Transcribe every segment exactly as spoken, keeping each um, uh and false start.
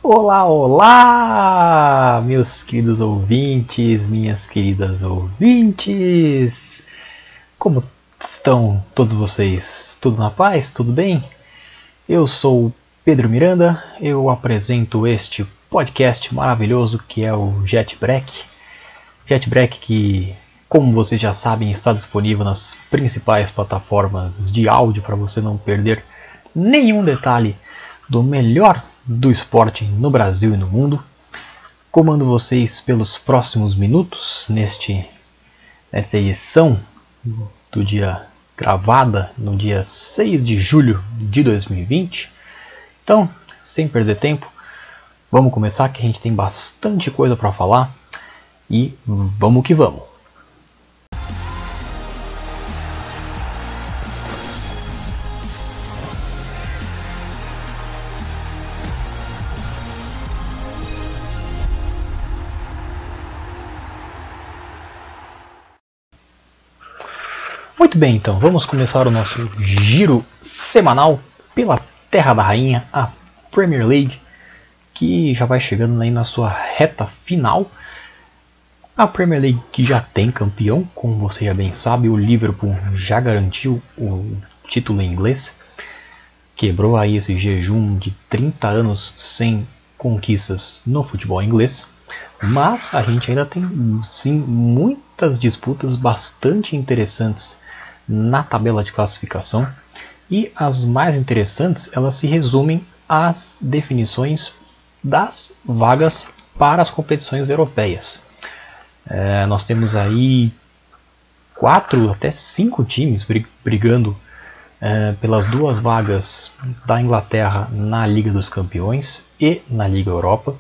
Olá, olá, meus queridos ouvintes, minhas queridas ouvintes. Como estão todos vocês? Tudo na paz? Tudo bem? Eu sou Pedro Miranda, eu apresento este podcast maravilhoso que é o JetBreak. JetBreak que, como vocês já sabem, está disponível nas principais plataformas de áudio para você não perder nenhum detalhe do melhor do esporte no Brasil e no mundo. Comando vocês pelos próximos minutos neste, nesta edição do dia gravada no dia seis de julho de dois mil e vinte. Então, sem perder tempo, vamos começar que a gente tem bastante coisa para falar e vamos que vamos. Muito bem, então, vamos começar o nosso giro semanal pela Terra da Rainha, a Premier League, que já vai chegando aí na sua reta final. A Premier League que já tem campeão, como você já bem sabe, o Liverpool já garantiu o título em inglês, quebrou aí esse jejum de trinta anos sem conquistas no futebol inglês. Mas a gente ainda tem sim muitas disputas bastante interessantes na tabela de classificação, e as mais interessantes elas se resumem às definições das vagas para as competições europeias. É, nós temos aí quatro até cinco times brigando é, pelas duas vagas da Inglaterra na Liga dos Campeões e na Liga Europa.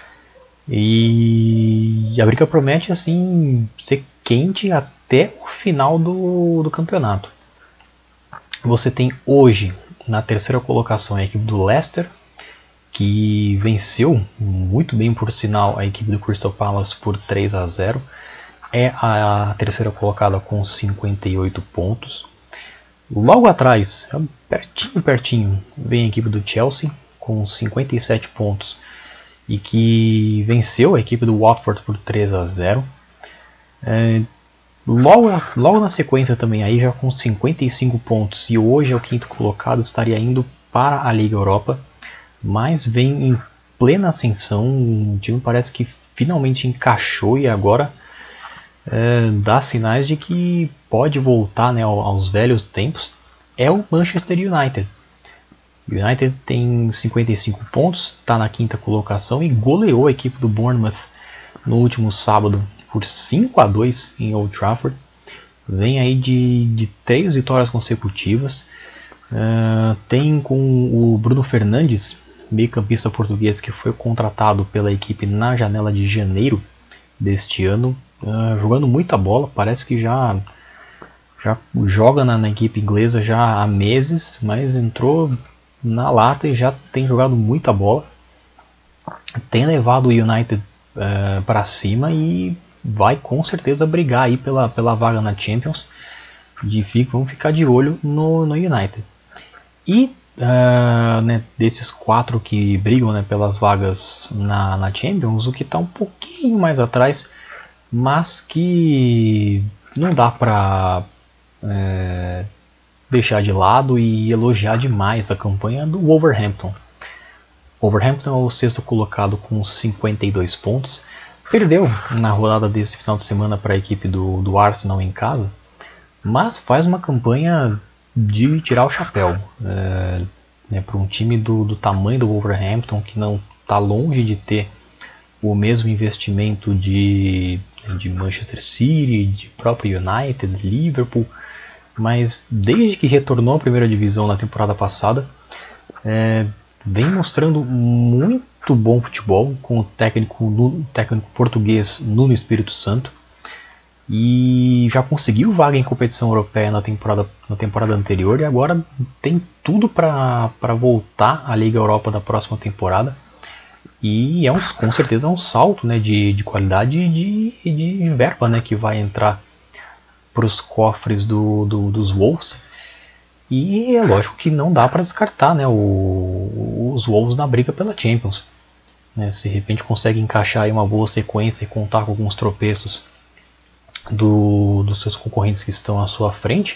E a briga promete assim ser quente até o final do, do campeonato. Você tem hoje na terceira colocação a equipe do Leicester, que venceu muito bem, por sinal, a equipe do Crystal Palace por três a zero. É a terceira colocada com cinquenta e oito pontos. Logo atrás, pertinho, pertinho, vem a equipe do Chelsea com cinquenta e sete pontos e que venceu a equipe do Watford por três a zero. É, logo, logo na sequência também, aí já com cinquenta e cinco pontos, e hoje é o quinto colocado, estaria indo para a Liga Europa, mas vem em plena ascensão. O time parece que finalmente encaixou e agora é, dá sinais de que pode voltar, né, aos velhos tempos. É o Manchester United. O United tem cinquenta e cinco pontos, está na quinta colocação e goleou a equipe do Bournemouth no último sábado por cinco a dois em Old Trafford. Vem aí de, de três vitórias consecutivas. Uh, tem com o Bruno Fernandes, meio-campista português que foi contratado pela equipe na janela de janeiro deste ano, uh, jogando muita bola. Parece que já, já joga na, na equipe inglesa já há meses, mas entrou na lata e já tem jogado muita bola. Tem levado o United uh, para cima e vai com certeza brigar aí pela, pela vaga na Champions. De, vamos ficar de olho no, no United. E uh, né, desses quatro que brigam, né, pelas vagas na, na Champions, o que está um pouquinho mais atrás, mas que não dá para é, deixar de lado e elogiar demais a campanha do Wolverhampton. O Wolverhampton é o sexto colocado com cinquenta e dois pontos. Perdeu na rodada desse final de semana para a equipe do, do Arsenal em casa, mas faz uma campanha de tirar o chapéu. É, né, para um time do, do tamanho do Wolverhampton, que não está longe de ter o mesmo investimento de, de Manchester City, de próprio United, Liverpool, mas desde que retornou à primeira divisão na temporada passada, é, vem mostrando muito bom futebol com o técnico, o técnico português Nuno Espírito Santo, e já conseguiu vaga em competição europeia na temporada, na temporada anterior, e agora tem tudo para voltar à Liga Europa da próxima temporada. E é um, com certeza é um salto, né, de, de qualidade e de, de verba, né, que vai entrar para os cofres do, do, dos Wolves. E é lógico que não dá para descartar, né, o, os Wolves na briga pela Champions. né, se de repente consegue encaixar aí uma boa sequência e contar com alguns tropeços do, dos seus concorrentes que estão à sua frente,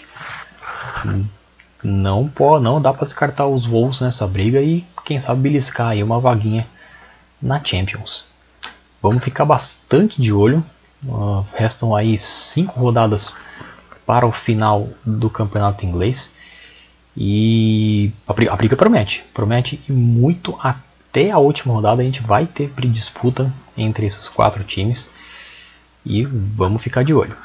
não, pô, não dá para descartar os Wolves nessa briga e quem sabe beliscar aí uma vaguinha na Champions. Vamos ficar bastante de olho. Uh, restam aí cinco rodadas para o final do campeonato inglês e a briga, a briga promete, promete e muito. Até a última rodada a gente vai ter disputa entre esses quatro times e vamos ficar de olho.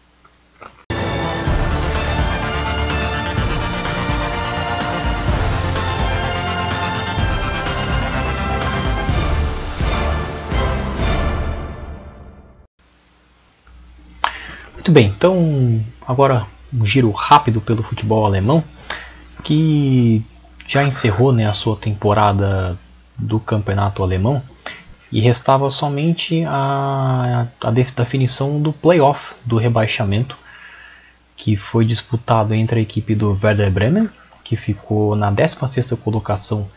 Muito bem, então agora um giro rápido pelo futebol alemão, que já encerrou, né, a sua temporada do campeonato alemão e restava somente a, a definição do playoff do rebaixamento, que foi disputado entre a equipe do Werder Bremen, que ficou na décima sexta colocação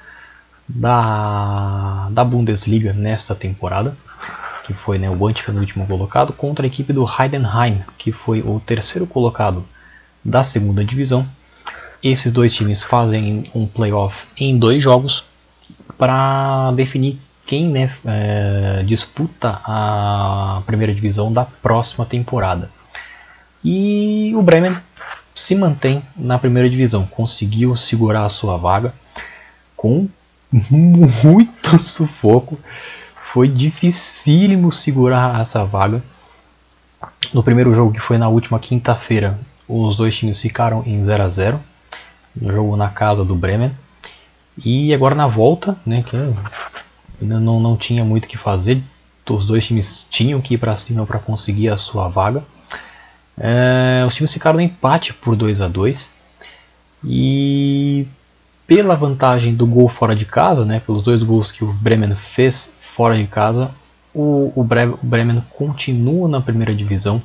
da, da Bundesliga nesta temporada, que foi, né, o antepenúltimo colocado, contra a equipe do Heidenheim, que foi o terceiro colocado da segunda divisão. Esses dois times fazem um playoff em dois jogos para definir quem, né, é, disputa a primeira divisão da próxima temporada. E o Bremen se mantém na primeira divisão, conseguiu segurar a sua vaga com muito sufoco. Foi dificílimo segurar essa vaga. No primeiro jogo, que foi na última quinta-feira, os dois times ficaram em zero a zero. No jogo na casa do Bremen. E agora na volta, né, que ainda não, não tinha muito o que fazer. Os dois times tinham que ir para cima para conseguir a sua vaga. É, os times ficaram no empate por dois a dois. E pela vantagem do gol fora de casa, né, pelos dois gols que o Bremen fez fora de casa, o, o, Bre o Bremen continua na primeira divisão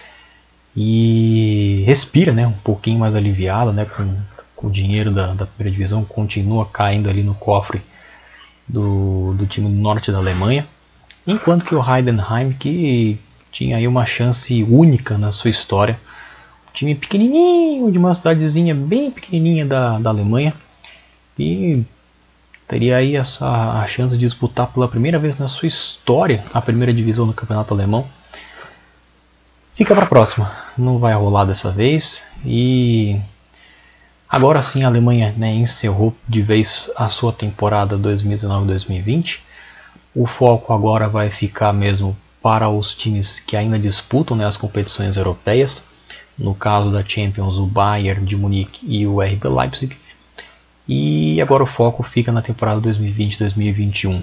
e respira, né, um pouquinho mais aliviado, né, com, com o dinheiro da, da primeira divisão, continua caindo ali no cofre do, do time do norte da Alemanha, enquanto que o Heidenheim, que tinha aí uma chance única na sua história, um time pequenininho, de uma cidadezinha bem pequenininha da, da Alemanha, e teria aí a, a chance de disputar pela primeira vez na sua história a primeira divisão do campeonato alemão. Fica para a próxima, não vai rolar dessa vez. E agora sim a Alemanha, né, encerrou de vez a sua temporada dois mil e dezenove dois mil e vinte. O foco agora vai ficar mesmo para os times que ainda disputam, né, as competições europeias. No caso da Champions, o Bayern de Munique e o R B Leipzig. E agora o foco fica na temporada dois mil e vinte dois mil e vinte e um.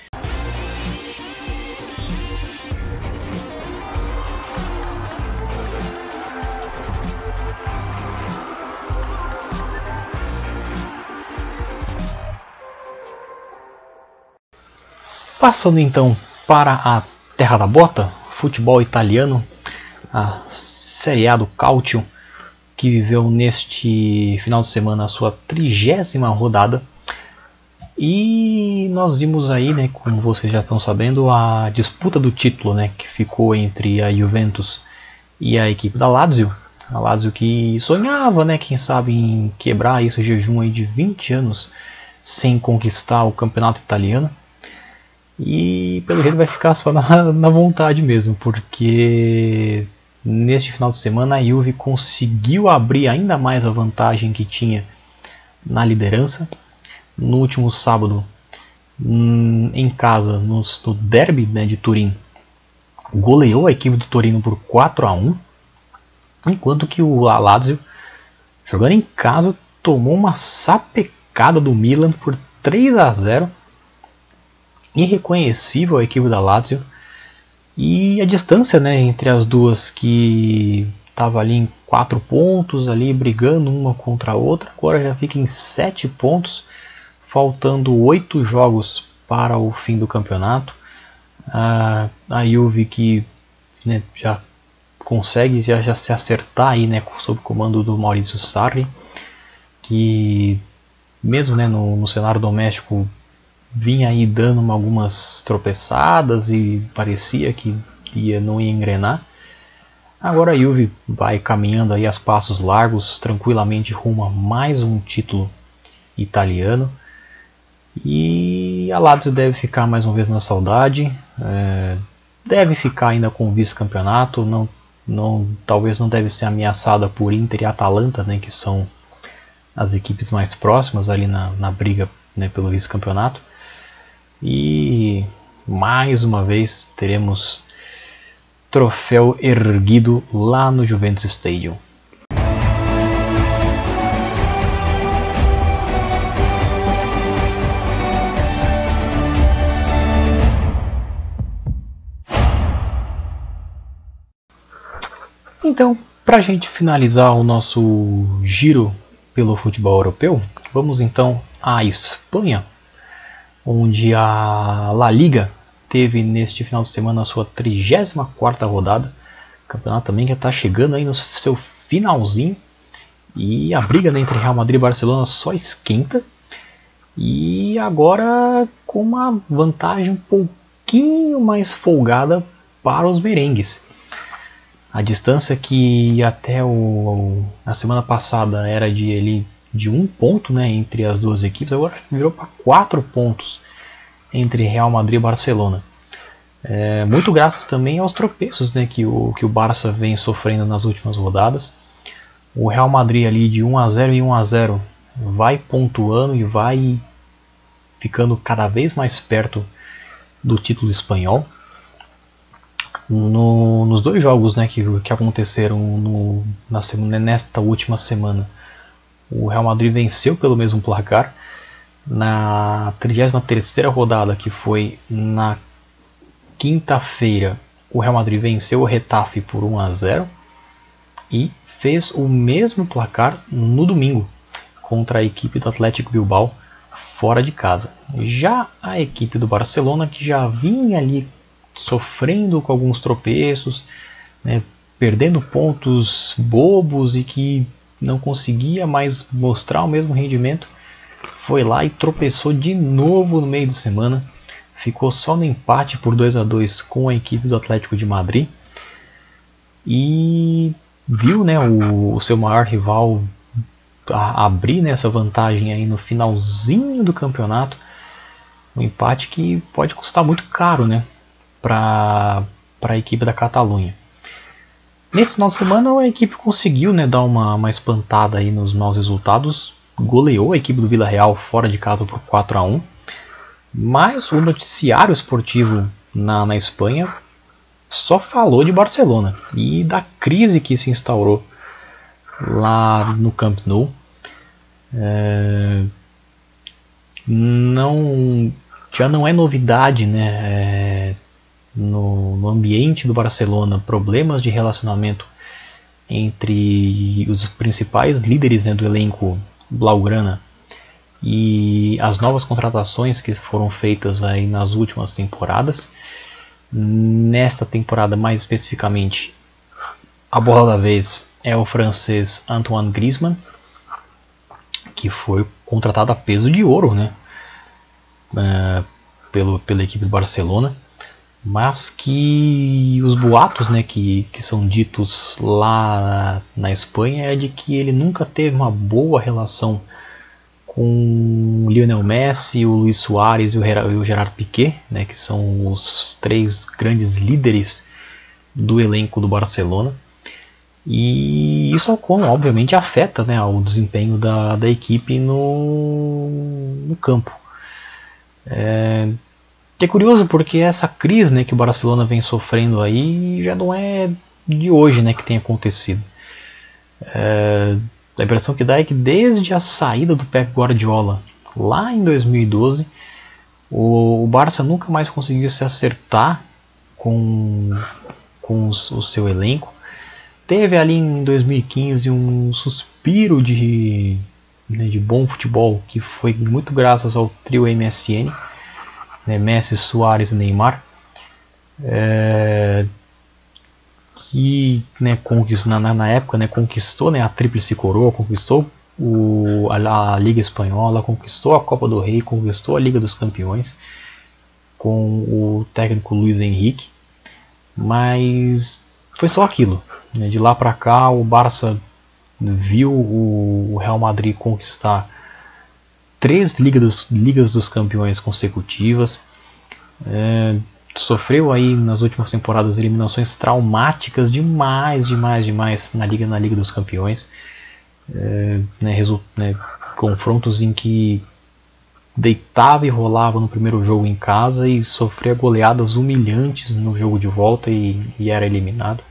Passando então para a terra da bota, futebol italiano, a Série A do Calcio, que viveu neste final de semana a sua trigésima rodada. E nós vimos aí, né, como vocês já estão sabendo, a disputa do título, né, que ficou entre a Juventus e a equipe da Lazio. A Lazio que sonhava, né, quem sabe, em quebrar esse jejum aí de vinte anos sem conquistar o campeonato italiano. E pelo jeito vai ficar só na, na vontade mesmo, porque neste final de semana a Juve conseguiu abrir ainda mais a vantagem que tinha na liderança. No último sábado, em casa, no, no derby, né, de Turim, goleou a equipe do Torino por quatro a um, enquanto que o Lazio, jogando em casa, tomou uma sapecada do Milan por três a zero. Irreconhecível a equipe da Lazio. E a distância, né, entre as duas, que estava ali em quatro pontos, ali brigando uma contra a outra, agora já fica em sete pontos, faltando oito jogos para o fim do campeonato. A, a Juve que, né, já consegue já, já se acertar aí, né, sob o comando do Maurizio Sarri, que mesmo, né, no, no cenário doméstico vinha aí dando uma, algumas tropeçadas e parecia que ia, não ia engrenar. Agora a Juve vai caminhando aí a passos largos, tranquilamente rumo a mais um título italiano. E a Lazio deve ficar mais uma vez na saudade, é, deve ficar ainda com o vice-campeonato, não, não, talvez não deve ser ameaçada por Inter e Atalanta, né, que são as equipes mais próximas ali na, na briga, né, pelo vice-campeonato. E mais uma vez teremos troféu erguido lá no Juventus Stadium. Então, para a gente finalizar o nosso giro pelo futebol europeu, vamos então à Espanha, onde a La Liga teve neste final de semana a sua trigésima quarta rodada. O campeonato também já está chegando aí no seu finalzinho. E a briga, né, entre Real Madrid e Barcelona só esquenta. E agora com uma vantagem um pouquinho mais folgada para os merengues. A distância que até o, a semana passada era de, ali, de um ponto, né, entre as duas equipes, agora virou para quatro pontos entre Real Madrid e Barcelona. É, muito graças também aos tropeços, né, que, o, que o Barça vem sofrendo nas últimas rodadas. O Real Madrid ali de um a zero em um a zero vai pontuando e vai ficando cada vez mais perto do título espanhol. No, nos dois jogos, né, que, que aconteceram no, na semana, nesta última semana, o Real Madrid venceu pelo mesmo placar. Na trigésima terceira rodada, que foi na quinta-feira, o Real Madrid venceu o Getafe por um a zero e fez o mesmo placar no domingo contra a equipe do Atlético Bilbao fora de casa. Já a equipe do Barcelona, que já vinha ali sofrendo com alguns tropeços, né, perdendo pontos bobos e que não conseguia mais mostrar o mesmo rendimento, foi lá e tropeçou de novo no meio de semana. Ficou só no empate por dois a dois com a equipe do Atlético de Madrid. E viu, né, o, o seu maior rival a, abrir, né, essa vantagem aí no finalzinho do campeonato. Um empate que pode custar muito caro, né, para a equipe da Catalunha. Nesse final de semana a equipe conseguiu, né, dar uma, uma espantada aí nos maus resultados. Goleou a equipe do Villarreal fora de casa por quatro a um. Mas o noticiário esportivo na, na Espanha só falou de Barcelona e da crise que se instaurou lá no Camp Nou. É, não, já não é novidade, né, é, no, no ambiente do Barcelona, problemas de relacionamento entre os principais líderes, né, do elenco blaugrana e as novas contratações que foram feitas aí nas últimas temporadas. Nesta temporada, mais especificamente, a bola da vez é o francês Antoine Griezmann, que foi contratado a peso de ouro, né, uh, pelo, pela equipe do Barcelona, mas que os boatos, né, que, que são ditos lá na Espanha é de que ele nunca teve uma boa relação com o Lionel Messi, o Luis Suárez e o Gerard Piqué, né, que são os três grandes líderes do elenco do Barcelona. E isso, obviamente, afeta, né, o desempenho da, da equipe no, no campo. É, é curioso porque essa crise, né, que o Barcelona vem sofrendo aí já não é de hoje, né, que tem acontecido. É, a impressão que dá é que desde a saída do Pep Guardiola, lá em dois mil e doze, o, o Barça nunca mais conseguiu se acertar com, com os, o seu elenco. Teve ali em dois mil e quinze um suspiro de, né, de bom futebol, que foi muito graças ao trio M S N, né, Messi, Suárez e Neymar, é, que, né, conquistou, na, na época, né, conquistou, né, a tríplice coroa, conquistou o, a, a Liga Espanhola, conquistou a Copa do Rei, conquistou a Liga dos Campeões com o técnico Luis Henrique, mas foi só aquilo, né? De lá para cá o Barça viu o Real Madrid conquistar três Liga dos, Ligas dos Campeões consecutivas, é, sofreu aí nas últimas temporadas eliminações traumáticas demais, demais, demais na Liga, na Liga dos Campeões, é, né, result, né, confrontos em que deitava e rolava no primeiro jogo em casa e sofria goleadas humilhantes no jogo de volta e, e era eliminado.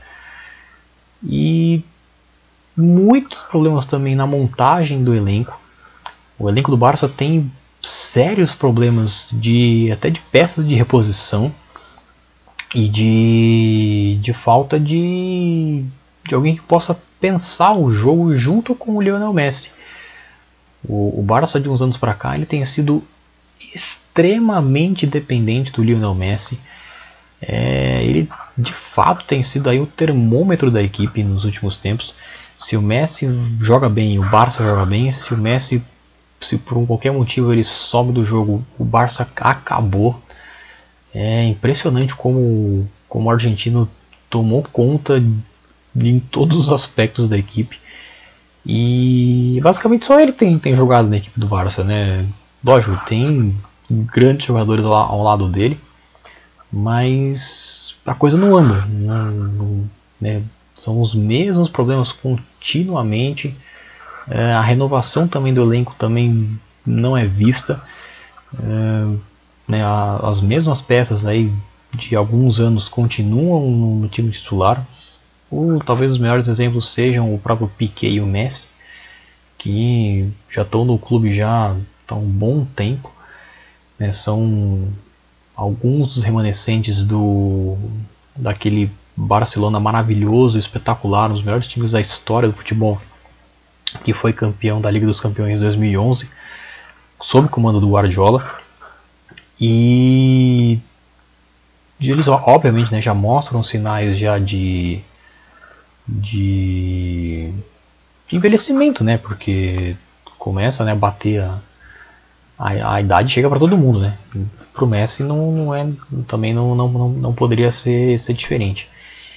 E muitos problemas também na montagem do elenco. O elenco do Barça tem sérios problemas de até de peças de reposição e de, de falta de, de alguém que possa pensar o jogo junto com o Lionel Messi. O, o Barça de uns anos para cá ele tem sido extremamente dependente do Lionel Messi. É, ele de fato tem sido aí o termômetro da equipe nos últimos tempos. Se o Messi joga bem, o Barça joga bem. Se o Messi, se por qualquer motivo ele some do jogo, o Barça acabou. É impressionante como, como o argentino tomou conta em todos os aspectos da equipe. E basicamente só ele tem, tem jogado na equipe do Barça, né? Lógico, tem grandes jogadores lá ao lado dele, mas a coisa não anda. Não, não, né? São os mesmos problemas continuamente. É, a renovação também do elenco também não é vista. É, né, a, as mesmas peças aí de alguns anos continuam no, no time titular. O, talvez os melhores exemplos sejam o próprio Piqué e o Messi, que já estão no clube já há um bom tempo, né, são alguns dos remanescentes do, daquele Barcelona maravilhoso, espetacular, um dos melhores times da história do futebol, que foi campeão da Liga dos Campeões em dois mil e onze, sob o comando do Guardiola. E eles obviamente, né, já mostram sinais já de De, de envelhecimento, né? Porque começa, né, a bater a, a, a idade chega para todo mundo, né? Pro Messi não, não é, também não, não, não, não poderia ser, ser diferente.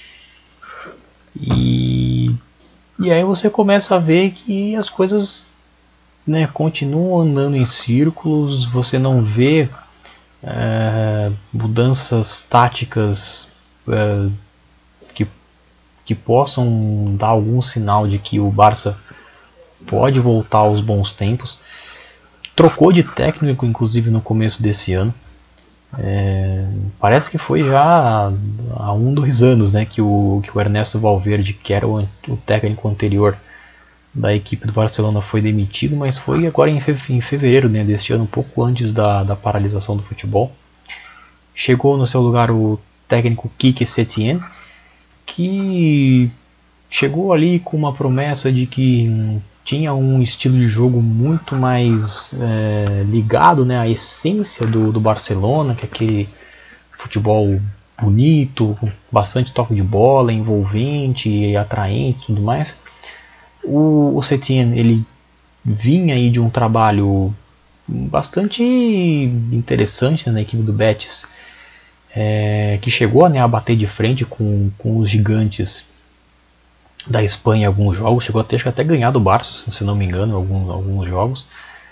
E, e aí você começa a ver que as coisas, né, continuam andando em círculos. Você não vê é, mudanças táticas é, que que possam dar algum sinal de que o Barça pode voltar aos bons tempos. Trocou de técnico, inclusive, no começo desse ano. É, parece que foi já há um, dois anos, né, que, o, que o Ernesto Valverde, que era o, o técnico anterior da equipe do Barcelona, foi demitido, mas foi agora em, fe, em fevereiro, né, deste ano, um pouco antes da, da paralisação do futebol. Chegou no seu lugar o técnico Quique Setién, que chegou ali com uma promessa de que hum, tinha um estilo de jogo muito mais é, ligado, né, à essência do, do Barcelona, que é aquele futebol bonito, com bastante toque de bola, envolvente e atraente e tudo mais. O, o Setién, ele vinha aí de um trabalho bastante interessante, né, na equipe do Betis, É, que chegou, né, a bater de frente com, com os gigantes da Espanha em alguns jogos, chegou a ter, até ganhar do Barça, se não me engano, em alguns, alguns jogos,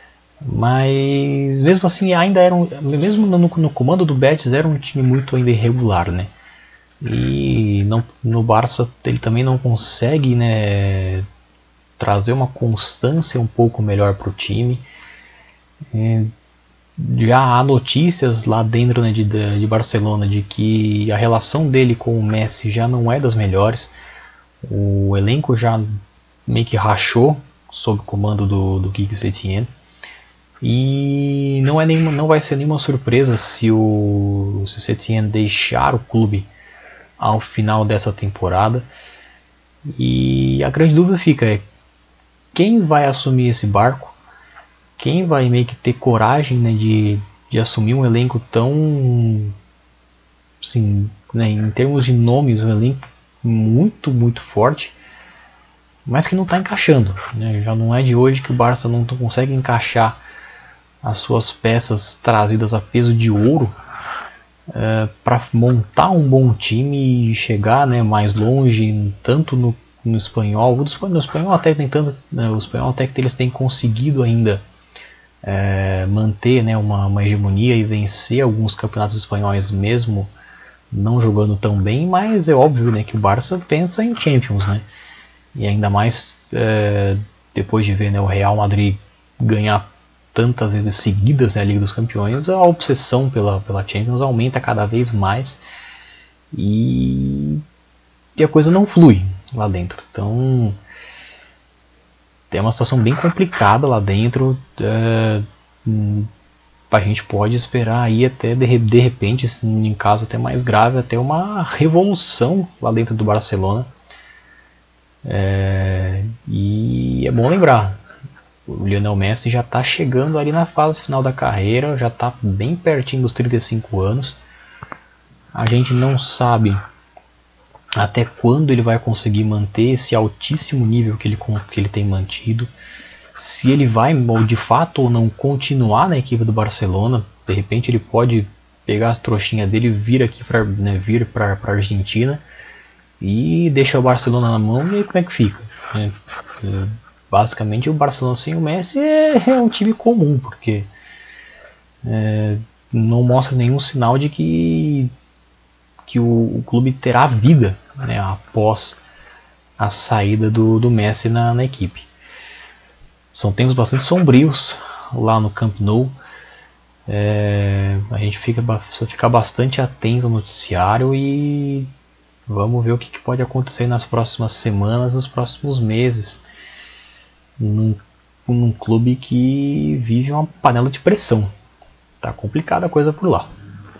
mas mesmo assim ainda era um, mesmo no, no comando do Betis era um time muito ainda irregular, né, e não, no Barça ele também não consegue, né, trazer uma constância um pouco melhor para o time. É, já há notícias lá dentro, né, de, de Barcelona de que a relação dele com o Messi já não é das melhores. O elenco já meio que rachou sob o comando do, do Quique Setién. E não, é nenhuma, não vai ser nenhuma surpresa se o, se o Setién deixar o clube ao final dessa temporada. E a grande dúvida fica é quem vai assumir esse barco. Quem vai meio que ter coragem, né, de, de assumir um elenco tão, assim, né, em termos de nomes, um elenco muito, muito forte. mas que não está encaixando, né? Já não é de hoje que o Barça não consegue encaixar as suas peças trazidas a peso de ouro é, para montar um bom time e chegar, né, mais longe, tanto no, no espanhol, no espanhol até tem tanto, né, o espanhol até que eles têm conseguido ainda é, manter, né, uma, uma hegemonia e vencer alguns campeonatos espanhóis mesmo não jogando tão bem, mas é óbvio, né, que o Barça pensa em Champions, né, e ainda mais é, depois de ver, né, o Real Madrid ganhar tantas vezes seguidas, né, a Liga dos Campeões, a obsessão pela, pela Champions aumenta cada vez mais e, e a coisa não flui lá dentro. Então tem uma situação bem complicada lá dentro. É, a gente pode esperar aí até de, de repente, em caso até mais grave, até uma revolução lá dentro do Barcelona. É, e é bom lembrar, o Lionel Messi já está chegando ali na fase final da carreira, já está bem pertinho dos trinta e cinco anos. A gente não sabe até quando ele vai conseguir manter esse altíssimo nível que ele, que ele tem mantido. Se ele vai de fato ou não continuar na equipe do Barcelona. De repente ele pode pegar as trouxinhas dele e vir aqui para, né, vir para a Argentina e deixa o Barcelona na mão, e aí como é que fica? É, é, basicamente o Barcelona sem o Messi é, é um time comum, porque é, não mostra nenhum sinal de que, que o, o clube terá vida, né, após a saída do, do Messi na, na equipe. São tempos bastante sombrios lá no Camp Nou. É, a gente fica, precisa ficar bastante atento ao noticiário e vamos ver o que, que pode acontecer nas próximas semanas, nos próximos meses, num, num clube que vive uma panela de pressão. Tá complicada a coisa por lá.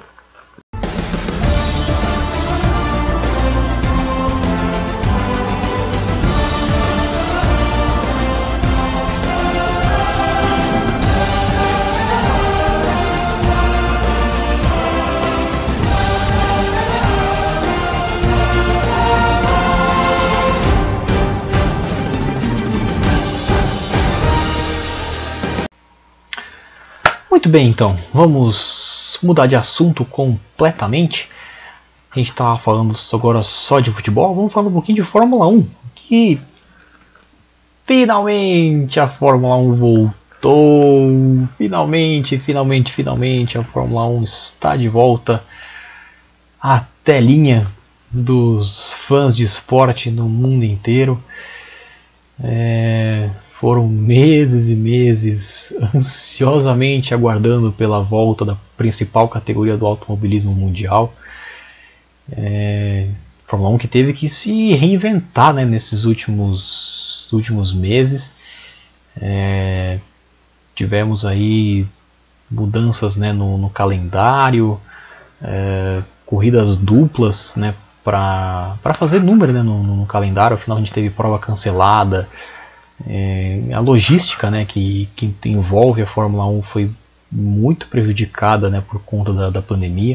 Muito bem, então, vamos mudar de assunto completamente. A gente estava falando agora só de futebol, vamos falar um pouquinho de Fórmula um. Que finalmente a Fórmula um voltou. Finalmente, finalmente, finalmente a Fórmula um está de volta à telinha dos fãs de esporte no mundo inteiro. É... Foram meses e meses ansiosamente aguardando pela volta da principal categoria do automobilismo mundial. É, Fórmula um que teve que se reinventar, né, nesses últimos, últimos meses. É, tivemos aí mudanças, né, no, no calendário, é, corridas duplas, né, para fazer número, né, no, no calendário. Afinal a gente teve prova cancelada. É, a logística, né, que, que envolve a Fórmula um foi muito prejudicada, né, por conta da, da pandemia,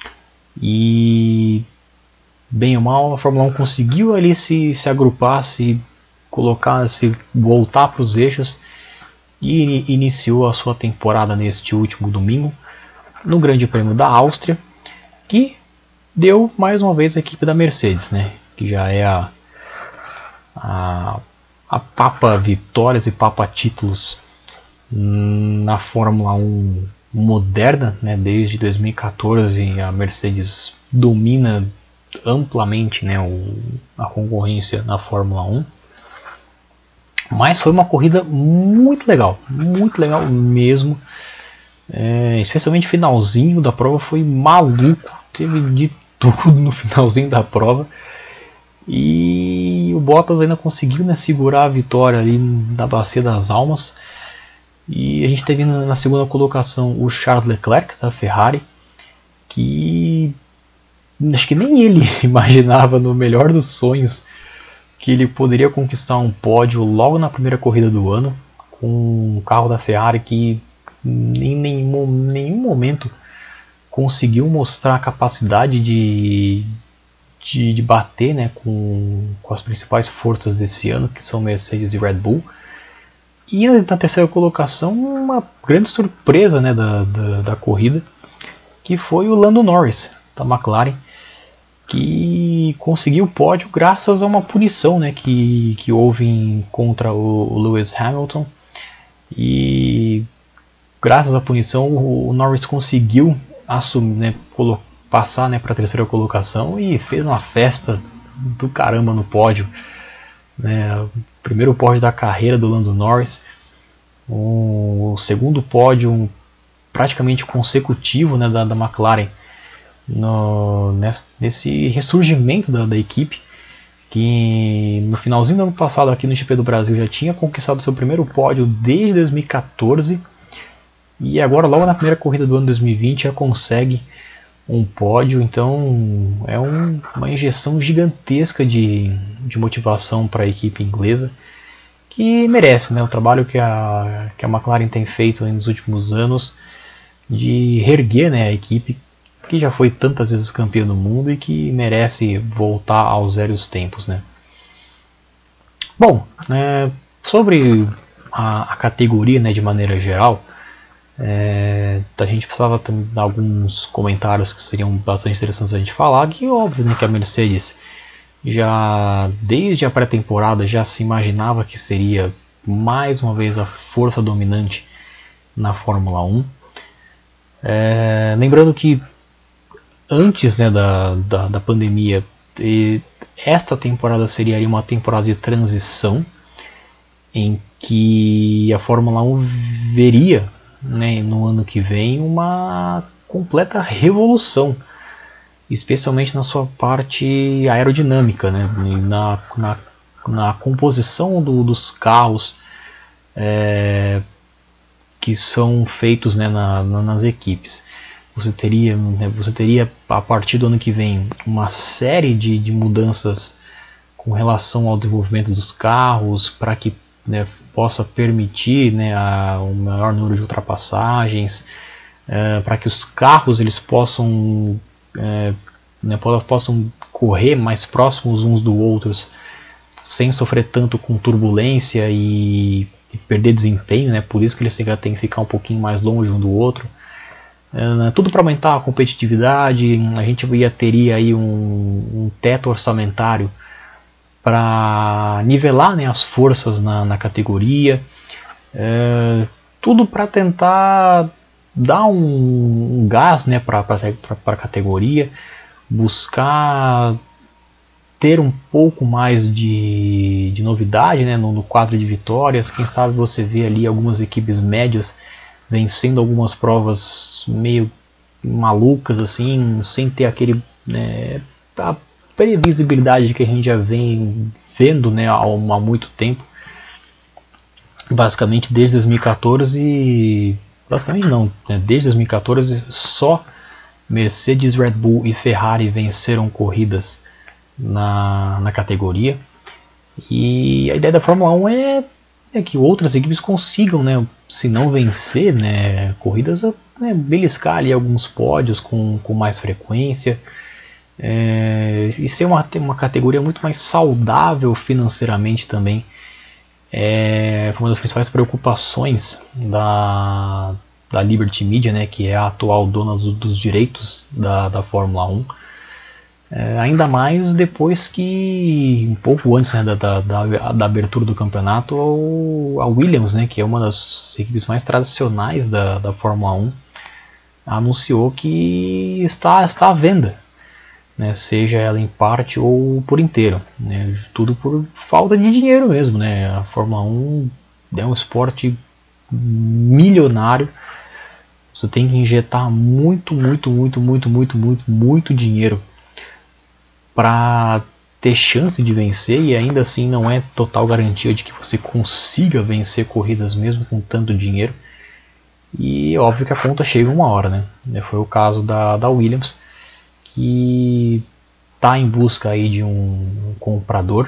e bem ou mal a Fórmula um conseguiu ali se, se agrupar, se colocar, se voltar para os eixos e iniciou a sua temporada neste último domingo no Grande Prêmio da Áustria, que deu mais uma vez a equipe da Mercedes, né, que já é a, a a papa vitórias e papa títulos na Fórmula um moderna, né? Desde dois mil e quatorze a Mercedes domina amplamente, né, o, a concorrência na Fórmula um. Mas foi uma corrida muito legal, muito legal mesmo. É, especialmente o finalzinho da prova foi maluco, teve de tudo no finalzinho da prova. E o Bottas ainda conseguiu, né, segurar a vitória ali na Bacia das Almas. E a gente teve na, na segunda colocação o Charles Leclerc da Ferrari, que acho que nem ele imaginava, no melhor dos sonhos, que ele poderia conquistar um pódio logo na primeira corrida do ano com um carro da Ferrari que em nenhum, nenhum momento conseguiu mostrar a capacidade de de, de bater, né, com, com as principais forças desse ano, que são Mercedes e Red Bull. E na terceira colocação, uma grande surpresa, né, da, da, da corrida, que foi o Lando Norris, da McLaren, que conseguiu o pódio graças a uma punição, né, que, que houve em, contra o, o Lewis Hamilton. E graças à punição, o, o Norris conseguiu assumir, né, passar, né, para a terceira colocação e fez uma festa do caramba no pódio, né, o primeiro pódio da carreira do Lando Norris, o segundo pódio praticamente consecutivo, né, da, da McLaren no, nesse, nesse ressurgimento da, da equipe, que no finalzinho do ano passado aqui no G P do Brasil já tinha conquistado seu primeiro pódio desde dois mil e quatorze, e agora logo na primeira corrida do ano dois mil e vinte já consegue um pódio. Então é um, uma injeção gigantesca de, de motivação para a equipe inglesa, que merece, né, o trabalho que a, que a McLaren tem feito nos últimos anos de reerguer, né, a equipe que já foi tantas vezes campeã do mundo e que merece voltar aos velhos tempos, né. Bom, é, sobre a, a categoria, né, de maneira geral, é, a gente precisava dar alguns comentários que seriam bastante interessantes a gente falar, que óbvio, né, que a Mercedes já desde a pré-temporada já se imaginava que seria mais uma vez a força dominante na Fórmula um. É, lembrando que antes, né, da, da, da pandemia, esta temporada seria uma temporada de transição em que a Fórmula um veria, né, no ano que vem uma completa revolução, especialmente na sua parte aerodinâmica, né, na, na, na composição do, dos carros é, que são feitos, né, na, na, nas equipes. Você teria, né, você teria a partir do ano que vem uma série de, de mudanças com relação ao desenvolvimento dos carros, para que, né, possa permitir, né, a, um maior número de ultrapassagens, é, para que os carros eles possam, é, né, possam correr mais próximos uns dos outros sem sofrer tanto com turbulência e, e perder desempenho, né, por isso que eles têm que ficar um pouquinho mais longe um do outro. É, tudo para aumentar a competitividade. A gente ia teria aí um, um teto orçamentário para nivelar, né, as forças na, na categoria, é, tudo para tentar dar um, um gás, né, para a categoria, buscar ter um pouco mais de, de novidade, né, no, no quadro de vitórias. Quem sabe você vê ali algumas equipes médias vencendo algumas provas meio malucas, assim, sem ter aquele, né, a previsibilidade que a gente já vem vendo, né, há, há muito tempo. Basicamente desde dois mil e quatorze, basicamente não, né, desde dois mil e quatorze só Mercedes, Red Bull e Ferrari venceram corridas na, na categoria. E a ideia da Fórmula um é é que outras equipes consigam, né, se não vencer, né, corridas, né, beliscar ali alguns pódios com, com mais frequência, é, e ser uma, uma categoria muito mais saudável financeiramente também. É, foi uma das principais preocupações da, da Liberty Media, né, que é a atual dona dos, dos direitos da, da Fórmula um. É, ainda mais depois que, um pouco antes, né, da, da, da, da abertura do campeonato, a Williams, né, que é uma das equipes mais tradicionais da, da Fórmula um, anunciou que está, está à venda, né, seja ela em parte ou por inteiro, né, tudo por falta de dinheiro mesmo, né. A Fórmula um é um esporte milionário, você tem que injetar muito, muito, muito, muito, muito, muito, muito dinheiro para ter chance de vencer, e ainda assim não é total garantia de que você consiga vencer corridas mesmo com tanto dinheiro. E óbvio que a conta chega uma hora, né? Foi o caso da, da Williams, que está em busca aí de um, um comprador,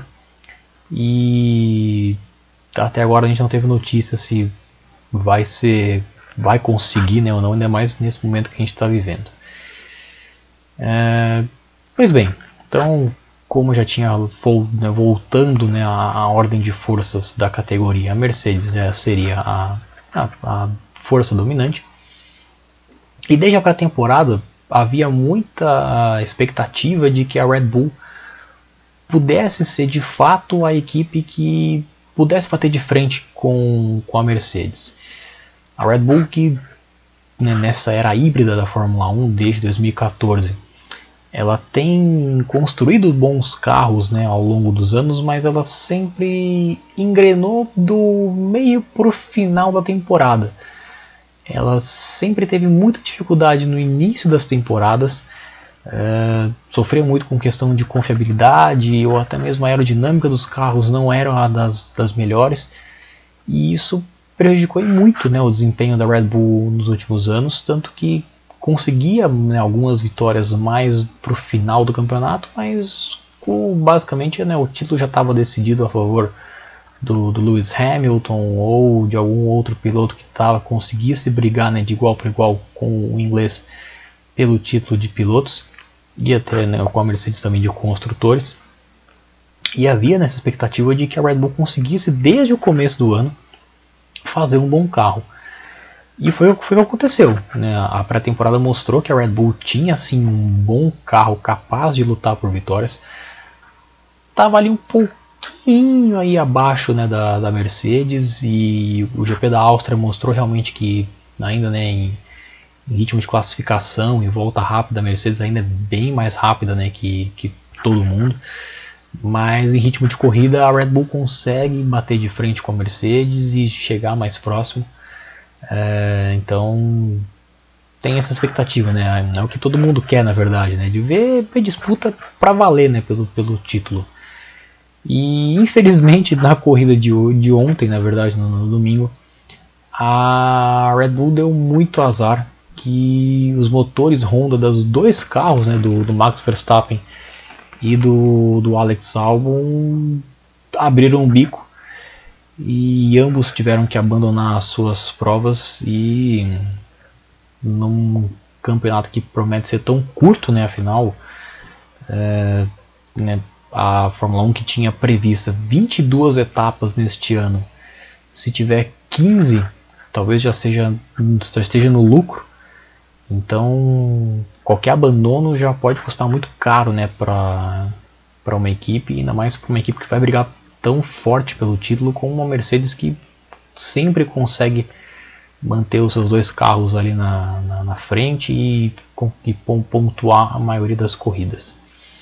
e até agora a gente não teve notícia se vai ser, vai conseguir, né, ou não, ainda mais nesse momento que a gente está vivendo. É, pois bem, Então, como já tinha voltando, né, a, a ordem de forças da categoria, a Mercedes, né, seria a, a, a força dominante. E desde a pré-temporada havia muita expectativa de que a Red Bull pudesse ser de fato a equipe que pudesse bater de frente com, com a Mercedes. A Red Bull, que, né, nessa era híbrida da Fórmula um desde dois mil e quatorze, ela tem construído bons carros, né, ao longo dos anos, mas ela sempre engrenou do meio para o final da temporada. Ela sempre teve muita dificuldade no início das temporadas, uh, sofreu muito com questão de confiabilidade, ou até mesmo a aerodinâmica dos carros não era uma das, das melhores, e isso prejudicou muito, né, o desempenho da Red Bull nos últimos anos, tanto que conseguia, né, algumas vitórias mais para o final do campeonato, mas o, basicamente, né, o título já estava decidido a favor do, do Lewis Hamilton ou de algum outro piloto que tava, conseguisse brigar, né, de igual para igual com o inglês pelo título de pilotos, e até, né, com a Mercedes também de construtores. E havia nessa expectativa de que a Red Bull conseguisse desde o começo do ano fazer um bom carro. E foi o que aconteceu, né? A pré-temporada mostrou que a Red Bull tinha sim um bom carro capaz de lutar por vitórias. Estava ali um pouquinho aí abaixo, né, da, da Mercedes, e o G P da Áustria mostrou realmente que ainda, né, em, em ritmo de classificação e volta rápida, a Mercedes ainda é bem mais rápida, né, que, que todo mundo. Mas em ritmo de corrida a Red Bull consegue bater de frente com a Mercedes e chegar mais próximo. É, então tem essa expectativa, né? É o que todo mundo quer, na verdade, né? De ver, ver disputa para valer, né? Pelo, pelo título. E infelizmente na corrida de, de ontem, na verdade, no, no domingo, a Red Bull deu muito azar, que os motores Honda dos dois carros, né, do, do Max Verstappen e do, do Alex Albon, abriram o bico. E ambos tiveram que abandonar as suas provas, e num campeonato que promete ser tão curto, né, afinal, é, né, a Fórmula um, que tinha prevista vinte e duas etapas neste ano, se tiver quinze, talvez já seja, já esteja no lucro. Então qualquer abandono já pode custar muito caro, né, para para uma equipe, ainda mais para uma equipe que vai brigar tão forte pelo título, com uma Mercedes que sempre consegue manter os seus dois carros ali na, na, na frente e, e pontuar a maioria das corridas.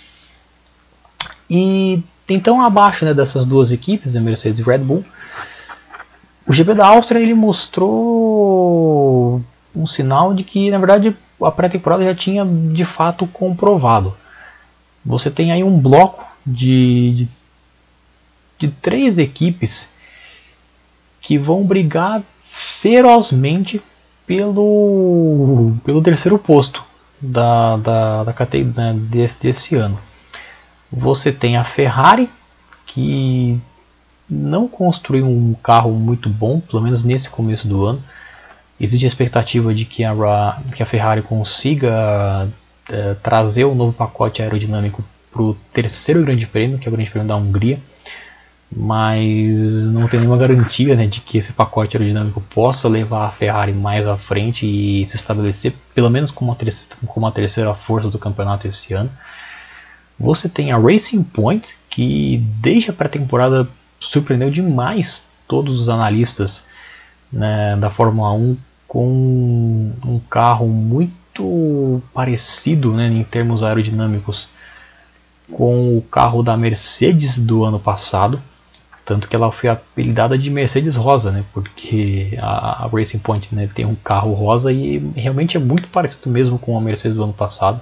E então, abaixo, né, dessas duas equipes, da Mercedes e Red Bull, o G P da Áustria ele mostrou um sinal de que, na verdade, a pré-temporada já tinha de fato comprovado. Você tem aí um bloco de, de de três equipes que vão brigar ferozmente pelo, pelo terceiro posto da, da, da categoria, né, desse, desse ano. Você tem a Ferrari, que não construiu um carro muito bom, pelo menos nesse começo do ano. Existe a expectativa de que a, que a Ferrari consiga é, trazer um novo pacote aerodinâmico para o terceiro grande prêmio, que é o Grande Prêmio da Hungria. Mas não tem nenhuma garantia, né, de que esse pacote aerodinâmico possa levar a Ferrari mais à frente e se estabelecer pelo menos como uma, terceira, como uma terceira força do campeonato esse ano. Você tem a Racing Point, que desde a pré-temporada surpreendeu demais todos os analistas, né, da Fórmula um, com um carro muito parecido, né, em termos aerodinâmicos com o carro da Mercedes do ano passado. Tanto que ela foi apelidada de Mercedes Rosa, né? Porque a Racing Point, né, tem um carro rosa e realmente é muito parecido mesmo com a Mercedes do ano passado.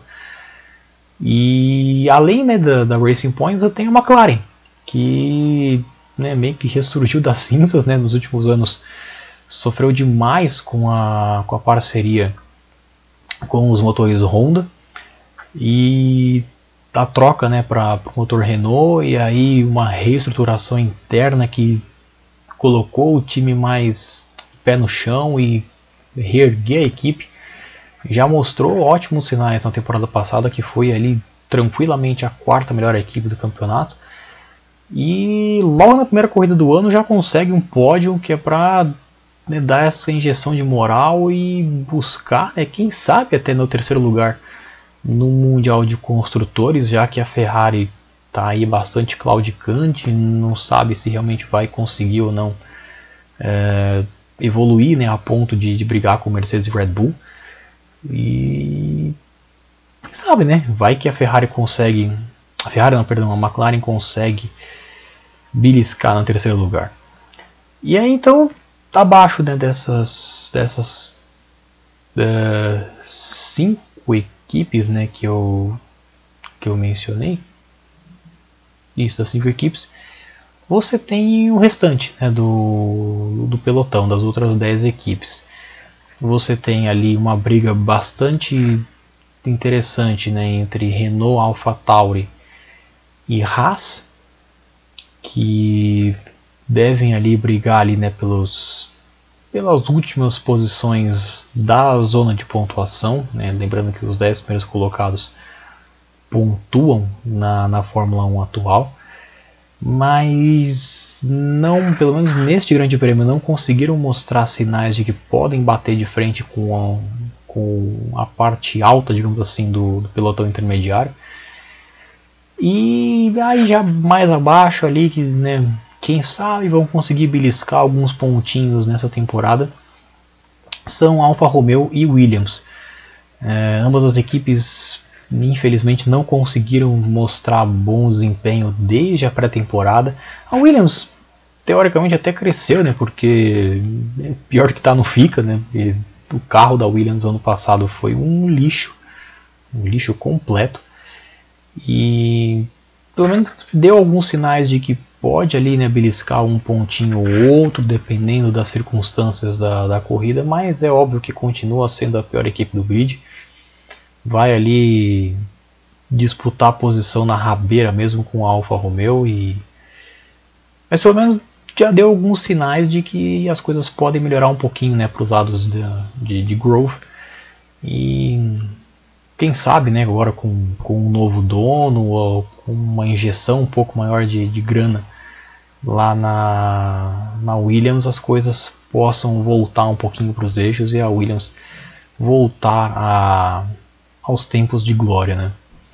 E além, né, da, da Racing Point, você tem a McLaren, que, né, meio que ressurgiu das cinzas, né, nos últimos anos. Sofreu demais com a, com a parceria com os motores Honda. E a troca, né, para o motor Renault, e aí uma reestruturação interna que colocou o time mais pé no chão e reerguer a equipe. Já mostrou ótimos sinais na temporada passada, que foi ali tranquilamente a quarta melhor equipe do campeonato. E logo na primeira corrida do ano já consegue um pódio que é para, né, dar essa injeção de moral e buscar, né, quem sabe até no terceiro lugar no Mundial de Construtores, já que a Ferrari está aí bastante claudicante, não sabe se realmente vai conseguir ou não é, evoluir, né, a ponto de, de brigar com Mercedes e Red Bull. E quem sabe, né, vai que a Ferrari consegue, a Ferrari não, perdão, a McLaren consegue beliscar no terceiro lugar. E aí então, abaixo, né, dessas, dessas uh, cinco equipes, né, que eu, que eu mencionei, isso, das cinco equipes, você tem o restante, né, do, do pelotão, das outras dez equipes. Você tem ali uma briga bastante interessante, né, entre Renault, AlphaTauri e Haas, que devem ali brigar ali, né, pelos, pelas últimas posições da zona de pontuação, né, lembrando que os dez primeiros colocados pontuam na, na Fórmula um atual, mas não, pelo menos neste grande prêmio, não conseguiram mostrar sinais de que podem bater de frente com a, com a parte alta, digamos assim, do, do pelotão intermediário. E aí já mais abaixo ali, que, né, quem sabe vão conseguir beliscar alguns pontinhos nessa temporada, são Alfa Romeo e Williams. É, ambas as equipes infelizmente não conseguiram mostrar bom desempenho desde a pré-temporada. A Williams teoricamente até cresceu, né, porque pior que tá não fica, né, e o carro da Williams ano passado foi um lixo, um lixo completo. E pelo menos deu alguns sinais de que pode ali, né, beliscar um pontinho ou outro, dependendo das circunstâncias da, da corrida, mas é óbvio que continua sendo a pior equipe do grid. Vai ali disputar a posição na rabeira mesmo com a Alfa Romeo, e... mas pelo menos já deu alguns sinais de que as coisas podem melhorar um pouquinho, né, para os lados de, de, de Grove. E quem sabe, né, agora com, com um novo dono ou com uma injeção um pouco maior de, de grana lá na, na Williams, as coisas possam voltar um pouquinho para os eixos e a Williams voltar a, aos tempos de glória, né?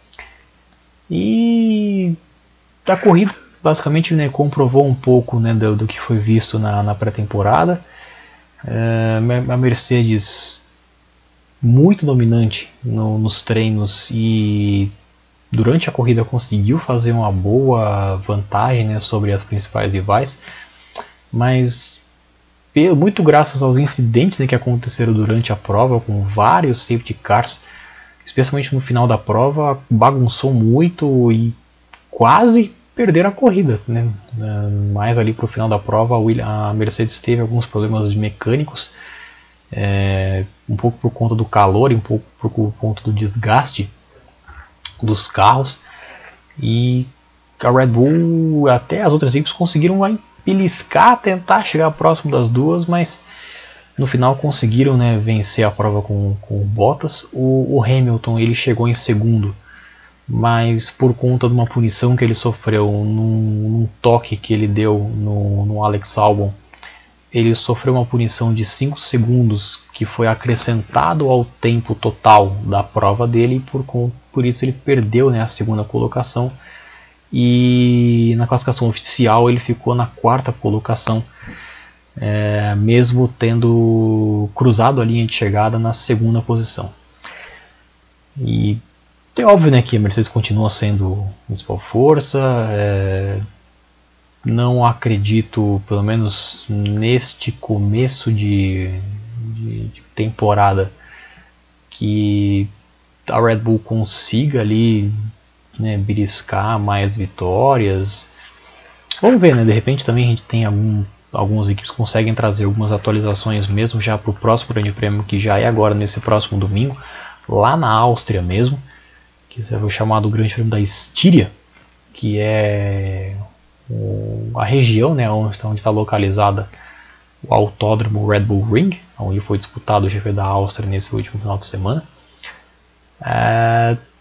E a corrida basicamente, né, comprovou um pouco, né, do, do que foi visto na, na pré-temporada. É, a Mercedes muito dominante no, nos treinos e durante a corrida conseguiu fazer uma boa vantagem, né, sobre as principais rivais, mas muito graças aos incidentes, né, que aconteceram durante a prova, com vários safety cars, especialmente no final da prova, bagunçou muito e quase perderam a corrida, né? Mais ali para o final da prova, a Mercedes teve alguns problemas mecânicos, é, um pouco por conta do calor e um pouco por conta do desgaste dos carros, e a Red Bull, até as outras equipes conseguiram beliscar, tentar chegar próximo das duas, mas no final conseguiram, né, vencer a prova com, com o Bottas. O, o Hamilton ele chegou em segundo, mas por conta de uma punição que ele sofreu num, num toque que ele deu no, no Alex Albon, ele sofreu uma punição de cinco segundos que foi acrescentado ao tempo total da prova dele, e por, por isso ele perdeu, né, a segunda colocação, e na classificação oficial ele ficou na quarta colocação, é, mesmo tendo cruzado a linha de chegada na segunda posição. E é óbvio, né, que a Mercedes continua sendo a principal força. É, não acredito, pelo menos neste começo de, de, de temporada, que a Red Bull consiga ali, né, beliscar mais vitórias. Vamos ver, né, de repente também a gente tem algum, algumas equipes que conseguem trazer algumas atualizações mesmo já para o próximo grande prêmio, que já é agora nesse próximo domingo, lá na Áustria mesmo, que é o chamado Grande Prêmio da Estíria, que é o, a região, né, onde está localizada o autódromo Red Bull Ring, onde foi disputado o G P da Áustria nesse último final de semana. É,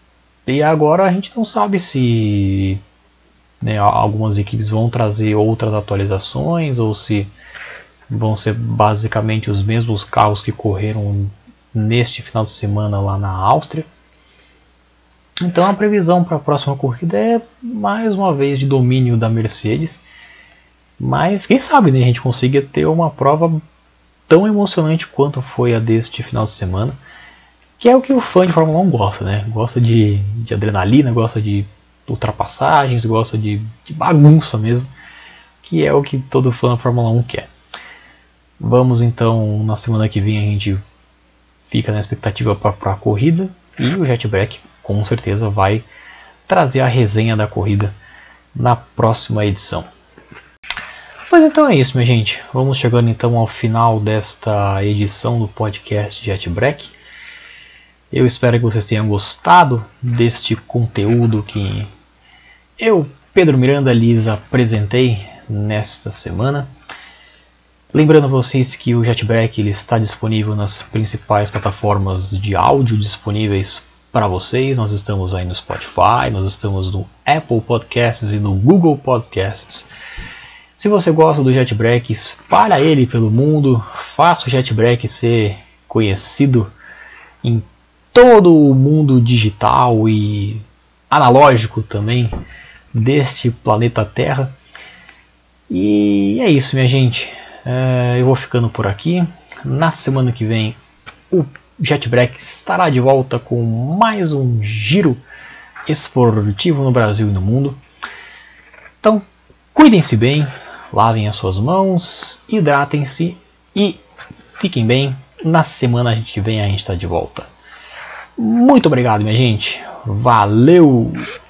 E agora a gente não sabe se, né, algumas equipes vão trazer outras atualizações ou se vão ser basicamente os mesmos carros que correram neste final de semana lá na Áustria. Então a previsão para a próxima corrida é mais uma vez de domínio da Mercedes. Mas quem sabe, né, a gente consiga ter uma prova tão emocionante quanto foi a deste final de semana. Que é o que o fã de Fórmula um gosta, né? Gosta de, de adrenalina, gosta de ultrapassagens, gosta de, de bagunça mesmo. Que é o que todo fã da Fórmula um quer. Vamos então, na semana que vem a gente fica na expectativa para a corrida. E o Jetbrack com certeza vai trazer a resenha da corrida na próxima edição. Pois então é isso, minha gente. Vamos chegando então ao final desta edição do podcast Jetbrack. Eu espero que vocês tenham gostado deste conteúdo que eu, Pedro Miranda, lhes apresentei nesta semana. Lembrando a vocês que o Jetbrack ele está disponível nas principais plataformas de áudio disponíveis para vocês. Nós estamos aí no Spotify, nós estamos no Apple Podcasts e no Google Podcasts. Se você gosta do Jetbrack, espalhe ele pelo mundo, faça o Jetbrack ser conhecido em todo o mundo digital e analógico também deste planeta Terra. E é isso, minha gente. É, eu vou ficando por aqui. Na semana que vem o Jetbrack estará de volta com mais um giro esportivo no Brasil e no mundo. Então, cuidem-se bem, lavem as suas mãos, hidratem-se e fiquem bem. Na semana que vem a gente está de volta. Muito obrigado, minha gente. Valeu!